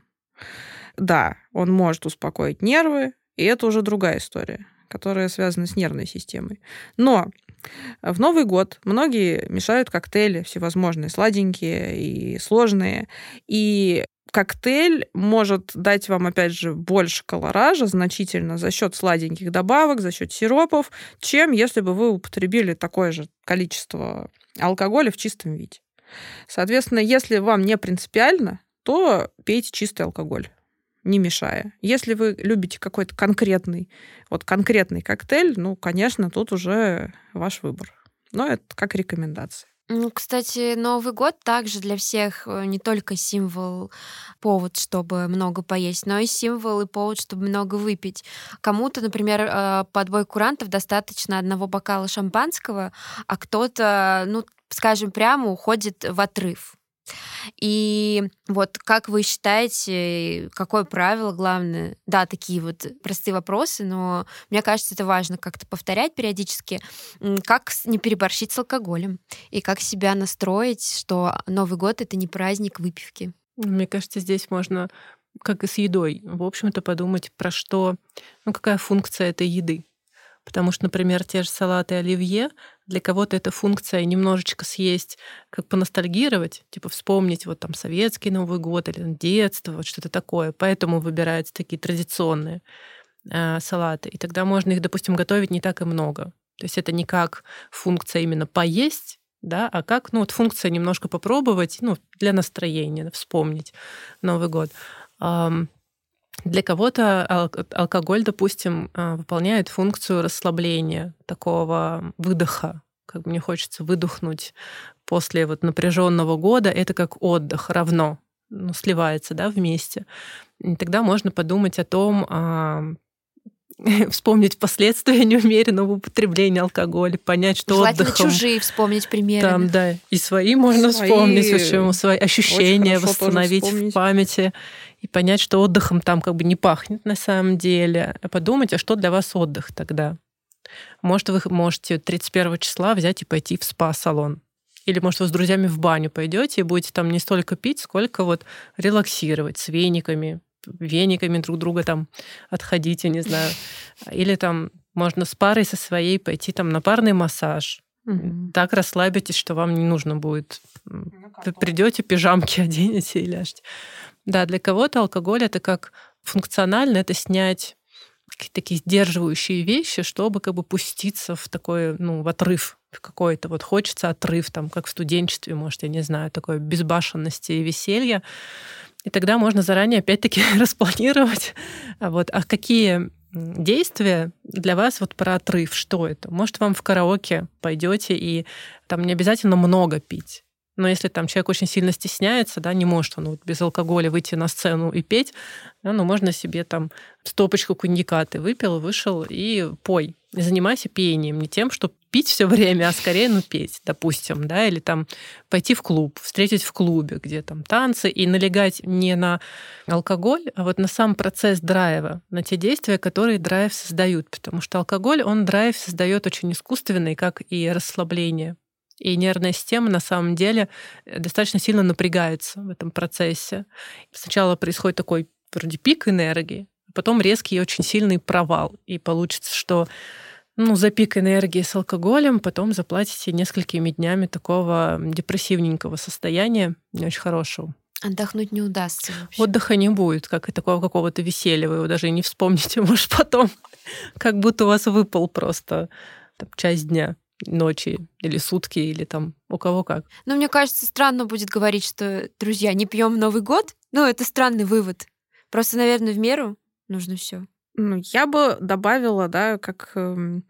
Да, он может успокоить нервы, и это уже другая история, которая связана с нервной системой. Но в Новый год многие мешают коктейли всевозможные, сладенькие и сложные, и коктейль может дать вам, опять же, больше колоража значительно за счет сладеньких добавок, за счет сиропов, чем если бы вы употребили такое же количество алкоголя в чистом виде. Соответственно, если вам не принципиально, то пейте чистый алкоголь, не мешая. Если вы любите какой-то конкретный, вот конкретный коктейль, ну, конечно, тут уже ваш выбор. Но это как рекомендация. Ну, кстати, Новый год также для всех не только символ, повод, чтобы много поесть, но и символ и повод, чтобы много выпить. Кому-то, например, под бой курантов достаточно одного бокала шампанского, а кто-то, ну, скажем прямо, уходит в отрыв. И вот как вы считаете, какое правило главное? Да, такие вот простые вопросы, но мне кажется, это важно как-то повторять периодически. Как не переборщить с алкоголем? И как себя настроить, что Новый год — это не праздник выпивки? Мне кажется, здесь можно, как и с едой, в общем-то, подумать про что, ну, какая функция этой еды. Потому что, например, те же салаты оливье, для кого-то эта функция немножечко съесть, как поностальгировать, типа вспомнить вот там советский Новый год или детство, вот что-то такое. Поэтому выбираются такие традиционные э, салаты. И тогда можно их, допустим, готовить не так и много. То есть это не как функция именно поесть, да, а как ну, вот функция немножко попробовать ну, для настроения, вспомнить Новый год. Для кого-то алкоголь, допустим, выполняет функцию расслабления, такого выдоха. Как мне хочется выдохнуть после вот напряженного года. Это как отдых равно, ну, сливается, да, вместе. И тогда можно подумать о том, вспомнить последствия неумеренного употребления алкоголя, понять, что желательно отдыхом... чужие вспомнить примеры. Там, да, и свои можно свои... вспомнить, в общем, свои ощущения восстановить в памяти и понять, что отдыхом там как бы не пахнет на самом деле. А подумать, а что для вас отдых тогда? Может, вы можете тридцать первого числа взять и пойти в спа-салон. Или, может, вы с друзьями в баню пойдете и будете там не столько пить, сколько вот релаксировать с вениками, вениками друг друга там отходить, я не знаю. Или там можно с парой со своей пойти там на парный массаж. Mm-hmm. Так расслабитесь, что вам не нужно будет. Ну, вы придете, пижамки оденете и ляжете. Да, для кого-то алкоголь это как функционально, это снять какие-то такие сдерживающие вещи, чтобы как бы пуститься в такой, ну, в отрыв какой-то. Вот хочется отрыв, там, как в студенчестве, может, я не знаю, такой безбашенности и веселья. И тогда можно заранее опять-таки распланировать, вот, а какие действия для вас вот про отрыв, что это? Может, вам в караоке пойдете и там не обязательно много пить. Но если там человек очень сильно стесняется, да, не может он вот без алкоголя выйти на сцену и петь, да, ну, можно себе там стопочку коньяка ты выпил, вышел и пой. И занимайся пением, не тем, что пить все время, а скорее, ну, петь, допустим, да, или там пойти в клуб, встретить в клубе, где там танцы, и налегать не на алкоголь, а вот на сам процесс драйва, на те действия, которые драйв создают, потому что алкоголь, он драйв создает очень искусственный, как и расслабление. И нервная система на самом деле достаточно сильно напрягается в этом процессе. Сначала происходит такой вроде пик энергии, а потом резкий и очень сильный провал. И получится, что ну, за пик энергии с алкоголем потом заплатите несколькими днями такого депрессивненького состояния, не очень хорошего. Отдохнуть не удастся вообще. Отдыха не будет, как и такого какого-то веселья. Вы его даже и не вспомните, может, потом. Как будто у вас выпал просто там, часть дня. Ночи или сутки, или там у кого как. Ну, мне кажется, странно будет говорить, что, друзья, не пьем Новый год. Ну, это странный вывод. Просто, наверное, в меру нужно все. Ну, я бы добавила, да, как, эм,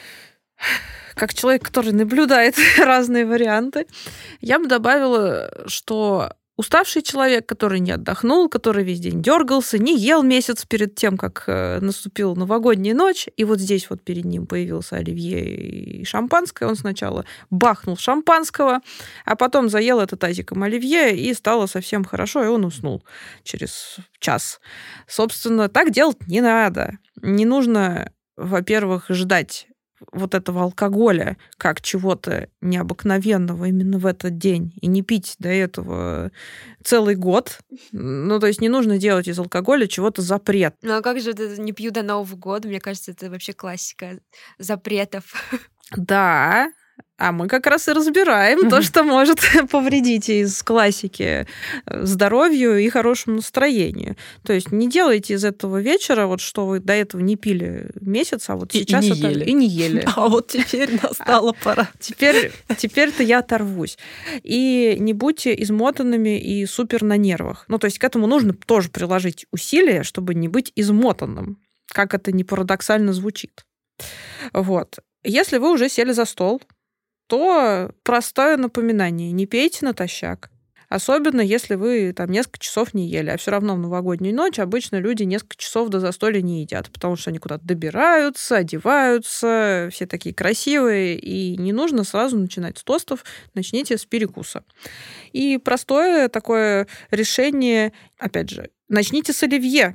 как человек, который наблюдает разные варианты, я бы добавила, что уставший человек, который не отдохнул, который весь день дергался, не ел месяц перед тем, как наступила новогодняя ночь, и вот здесь вот перед ним появился оливье и шампанское, он сначала бахнул шампанского, а потом заел это тазиком оливье, и стало совсем хорошо, и он уснул через час. Собственно, так делать не надо. Не нужно, во-первых, ждать вот этого алкоголя как чего-то необыкновенного именно в этот день и не пить до этого целый год. Ну, то есть не нужно делать из алкоголя чего-то запрет. Ну, а как же это не пью до Нового года? Мне кажется, это вообще классика запретов. Да, а мы как раз и разбираем то, что может повредить из классики здоровью и хорошему настроению. То есть не делайте из этого вечера, вот что вы до этого не пили месяц, а вот и, сейчас и не это... ели. И не ели. А вот теперь настала пора. Теперь, теперь-то я оторвусь. И не будьте измотанными и супер на нервах. Ну, то есть к этому нужно тоже приложить усилия, чтобы не быть измотанным, как это не парадоксально звучит. Вот. Если вы уже сели за стол, то простое напоминание: не пейте натощак. Особенно, если вы там несколько часов не ели. А все равно в новогоднюю ночь обычно люди несколько часов до застолья не едят, потому что они куда-то добираются, одеваются, все такие красивые, и не нужно сразу начинать с тостов, начните с перекуса. И простое такое решение, опять же, начните с оливье.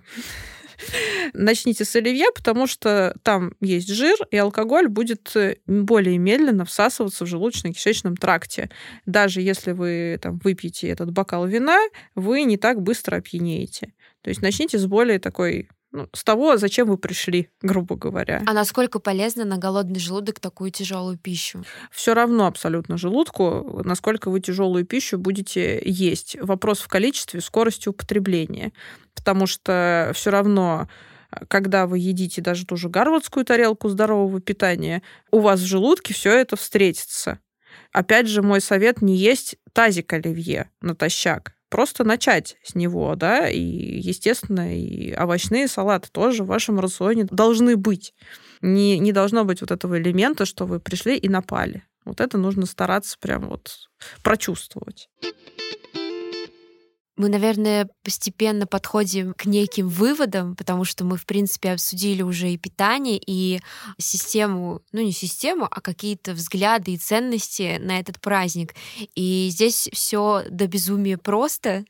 Начните с оливье, потому что там есть жир, и алкоголь будет более медленно всасываться в желудочно-кишечном тракте. Даже если вы там выпьете этот бокал вина, вы не так быстро опьянеете. То есть начните с более такой, ну, с того, зачем вы пришли, грубо говоря. А насколько полезно на голодный желудок такую тяжелую пищу? Все равно абсолютно желудку, насколько вы тяжелую пищу будете есть. Вопрос в количестве, скорости употребления. Потому что все равно, когда вы едите даже ту же гарвардскую тарелку здорового питания, у вас в желудке все это встретится. Опять же, мой совет — не есть тазик оливье натощак. Просто начать с него, да, и, естественно, и овощные салаты тоже в вашем рационе должны быть. Не, не должно быть вот этого элемента, что вы пришли и напали. Вот это нужно стараться прям вот прочувствовать. Мы, наверное, постепенно подходим к неким выводам, потому что мы, в принципе, обсудили уже и питание, и систему, ну не систему, а какие-то взгляды и ценности на этот праздник. И здесь все до безумия просто,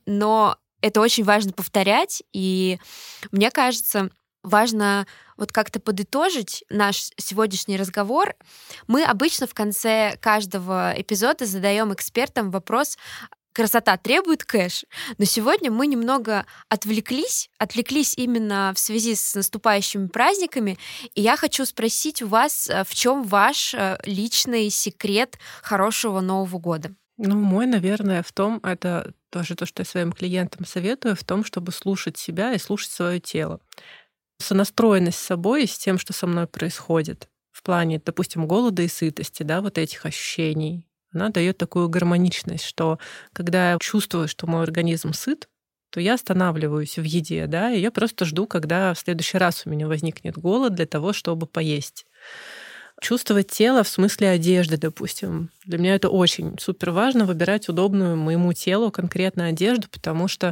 но это очень важно повторять, и мне кажется, важно вот как-то подытожить наш сегодняшний разговор. Мы обычно в конце каждого эпизода задаем экспертам вопрос: красота требует кэш. Но сегодня мы немного отвлеклись, отвлеклись именно в связи с наступающими праздниками, и я хочу спросить у вас, в чем ваш личный секрет хорошего Нового года? Ну, мой, наверное, в том, это тоже то, что я своим клиентам советую, в том, чтобы слушать себя и слушать свое тело. Сонастроенность с собой и с тем, что со мной происходит в плане, допустим, голода и сытости, да, вот этих ощущений, она дает такую гармоничность, что когда я чувствую, что мой организм сыт, то я останавливаюсь в еде, да, и я просто жду, когда в следующий раз у меня возникнет голод для того, чтобы поесть. Чувствовать тело в смысле одежды, допустим. Для меня это очень супер важно, выбирать удобную моему телу конкретно одежду, потому что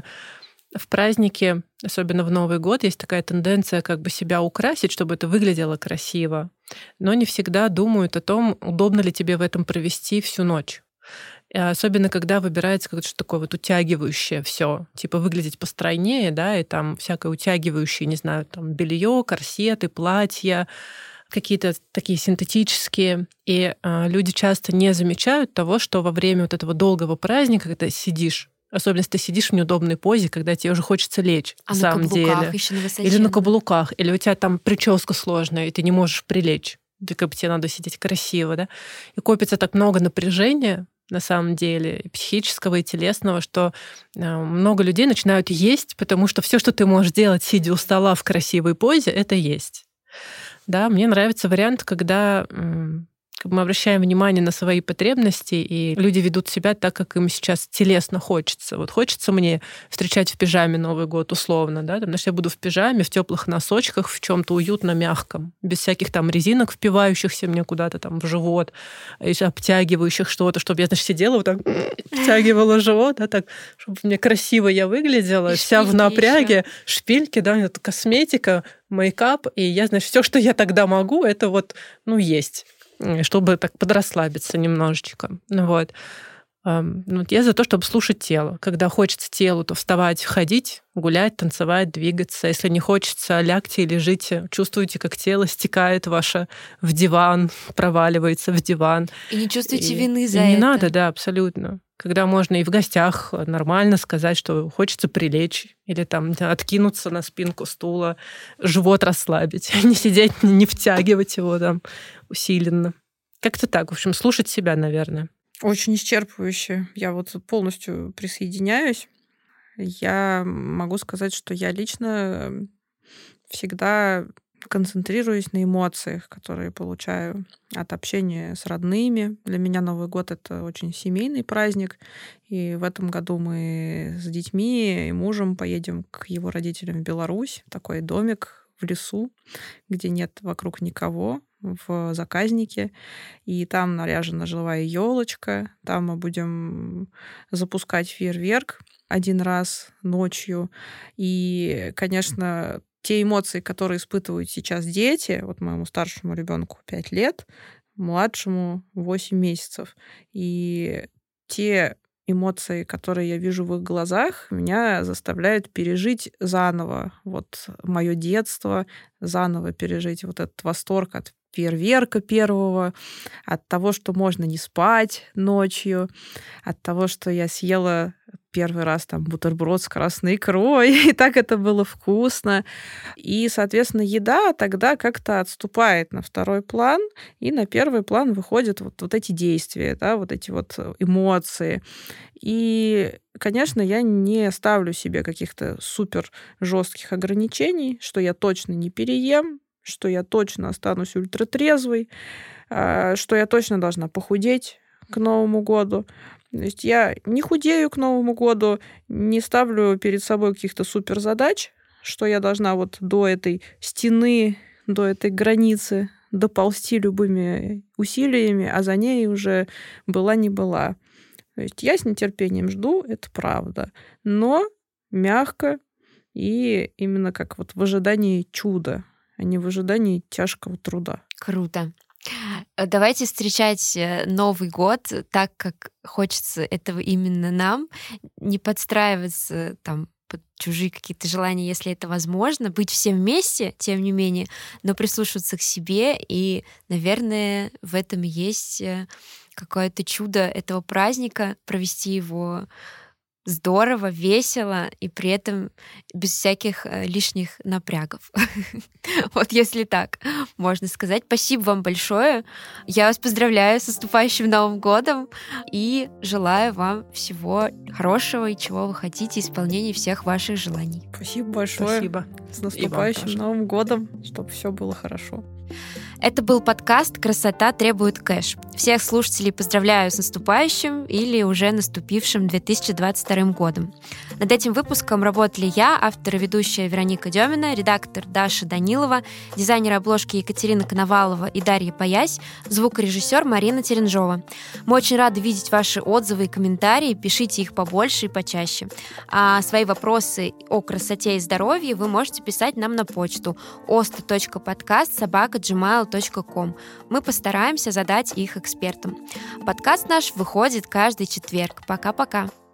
в празднике, особенно в Новый год, есть такая тенденция как бы себя украсить, чтобы это выглядело красиво. Но не всегда думают о том, удобно ли тебе в этом провести всю ночь. И особенно когда выбирается какое-то что-то такое вот утягивающее все, типа выглядеть постройнее, да, и там всякое утягивающее, не знаю, там белье, корсеты, платья, какие-то такие синтетические. И э, люди часто не замечают того, что во время вот этого долгого праздника, когда сидишь, особенно если ты сидишь в неудобной позе, когда тебе уже хочется лечь, а на на самом каблуках деле. еще на Или на каблуках, или у тебя там прическа сложная, и ты не можешь прилечь. Да, как бы тебе надо сидеть красиво, да? И копится так много напряжения, на самом деле, и психического, и телесного, что много людей начинают есть, потому что все, что ты можешь делать, сидя у стола в красивой позе, это есть. Да, мне нравится вариант, когда мы обращаем внимание на свои потребности, и люди ведут себя так, как им сейчас телесно хочется. Вот хочется мне встречать в пижаме Новый год условно, да, потому что я буду в пижаме, в теплых носочках, в чем-то уютно мягком, без всяких там резинок, впивающихся мне куда-то там в живот, обтягивающих что-то, чтобы я, значит, сидела вот так, втягивала живот, да, так, чтобы мне красиво я выглядела, и вся в напряге, еще. Шпильки, да, это косметика, мейкап, и я, значит, все, что я тогда могу, это вот, ну, есть, чтобы так подрасслабиться немножечко. Вот. Я за то, чтобы слушать тело. Когда хочется телу, то вставать, ходить, гулять, танцевать, двигаться. Если не хочется, лягте и лежите. Чувствуете, как тело стекает ваше в диван, проваливается в диван. И не чувствуйте и, вины за и это. Не надо, да, абсолютно. Когда можно и в гостях нормально сказать, что хочется прилечь или там откинуться на спинку стула, живот расслабить, не сидеть, не втягивать его там усиленно. Как-то так. В общем, слушать себя, наверное. Очень исчерпывающе. Я вот полностью присоединяюсь. Я могу сказать, что я лично всегда концентрируюсь на эмоциях, которые получаю от общения с родными. Для меня Новый год — это очень семейный праздник. И в этом году мы с детьми и мужем поедем к его родителям в Беларусь. Такой домик в лесу, где нет вокруг никого, в заказнике. И там наряжена живая елочка. Там мы будем запускать фейерверк один раз ночью. И, конечно, те эмоции, которые испытывают сейчас дети, вот моему старшему ребенку пять лет, младшему восемь месяцев, и те эмоции, которые я вижу в их глазах, меня заставляют пережить заново вот мое детство, заново пережить вот этот восторг от фейерверка первого, от того, что можно не спать ночью, от того, что я съела первый раз там бутерброд с красной икрой, и так это было вкусно. И, соответственно, еда тогда как-то отступает на второй план, и на первый план выходят вот, вот эти действия, да, вот эти вот эмоции. И, конечно, я не ставлю себе каких-то супер жестких ограничений, что я точно не переем, что я точно останусь ультратрезвой, что я точно должна похудеть к Новому году. То есть я не худею к Новому году, не ставлю перед собой каких-то суперзадач, что я должна вот до этой стены, до этой границы доползти любыми усилиями, а за ней уже была не была. То есть я с нетерпением жду, это правда, но мягко и именно как вот в ожидании чуда, а не в ожидании тяжкого труда. Круто. Давайте встречать Новый год так, как хочется этого именно нам, не подстраиваться там под чужие какие-то желания, если это возможно, быть всем вместе, тем не менее, но прислушиваться к себе, и, наверное, в этом есть какое-то чудо этого праздника, провести его здорово, весело и при этом без всяких лишних напрягов. Вот если так можно сказать. Спасибо вам большое. Я вас поздравляю с наступающим Новым годом и желаю вам всего хорошего и чего вы хотите, исполнения всех ваших желаний. Спасибо большое. Спасибо. С наступающим Новым годом, чтобы все было хорошо. Это был подкаст «Красота требует кэш». Всех слушателей поздравляю с наступающим или уже наступившим две тысячи двадцать вторым годом. Над этим выпуском работали я, автор и ведущая Вероника Демина, редактор Даша Данилова, дизайнер обложки Екатерина Коновалова и Дарья Паясь, звукорежиссер Марина Теренжова. Мы очень рады видеть ваши отзывы и комментарии, пишите их побольше и почаще. А свои вопросы о красоте и здоровье вы можете писать нам на почту оста точка подкаст собака джимейл точка ком. Мы постараемся задать их экспертам. Подкаст наш выходит каждый четверг. Пока-пока.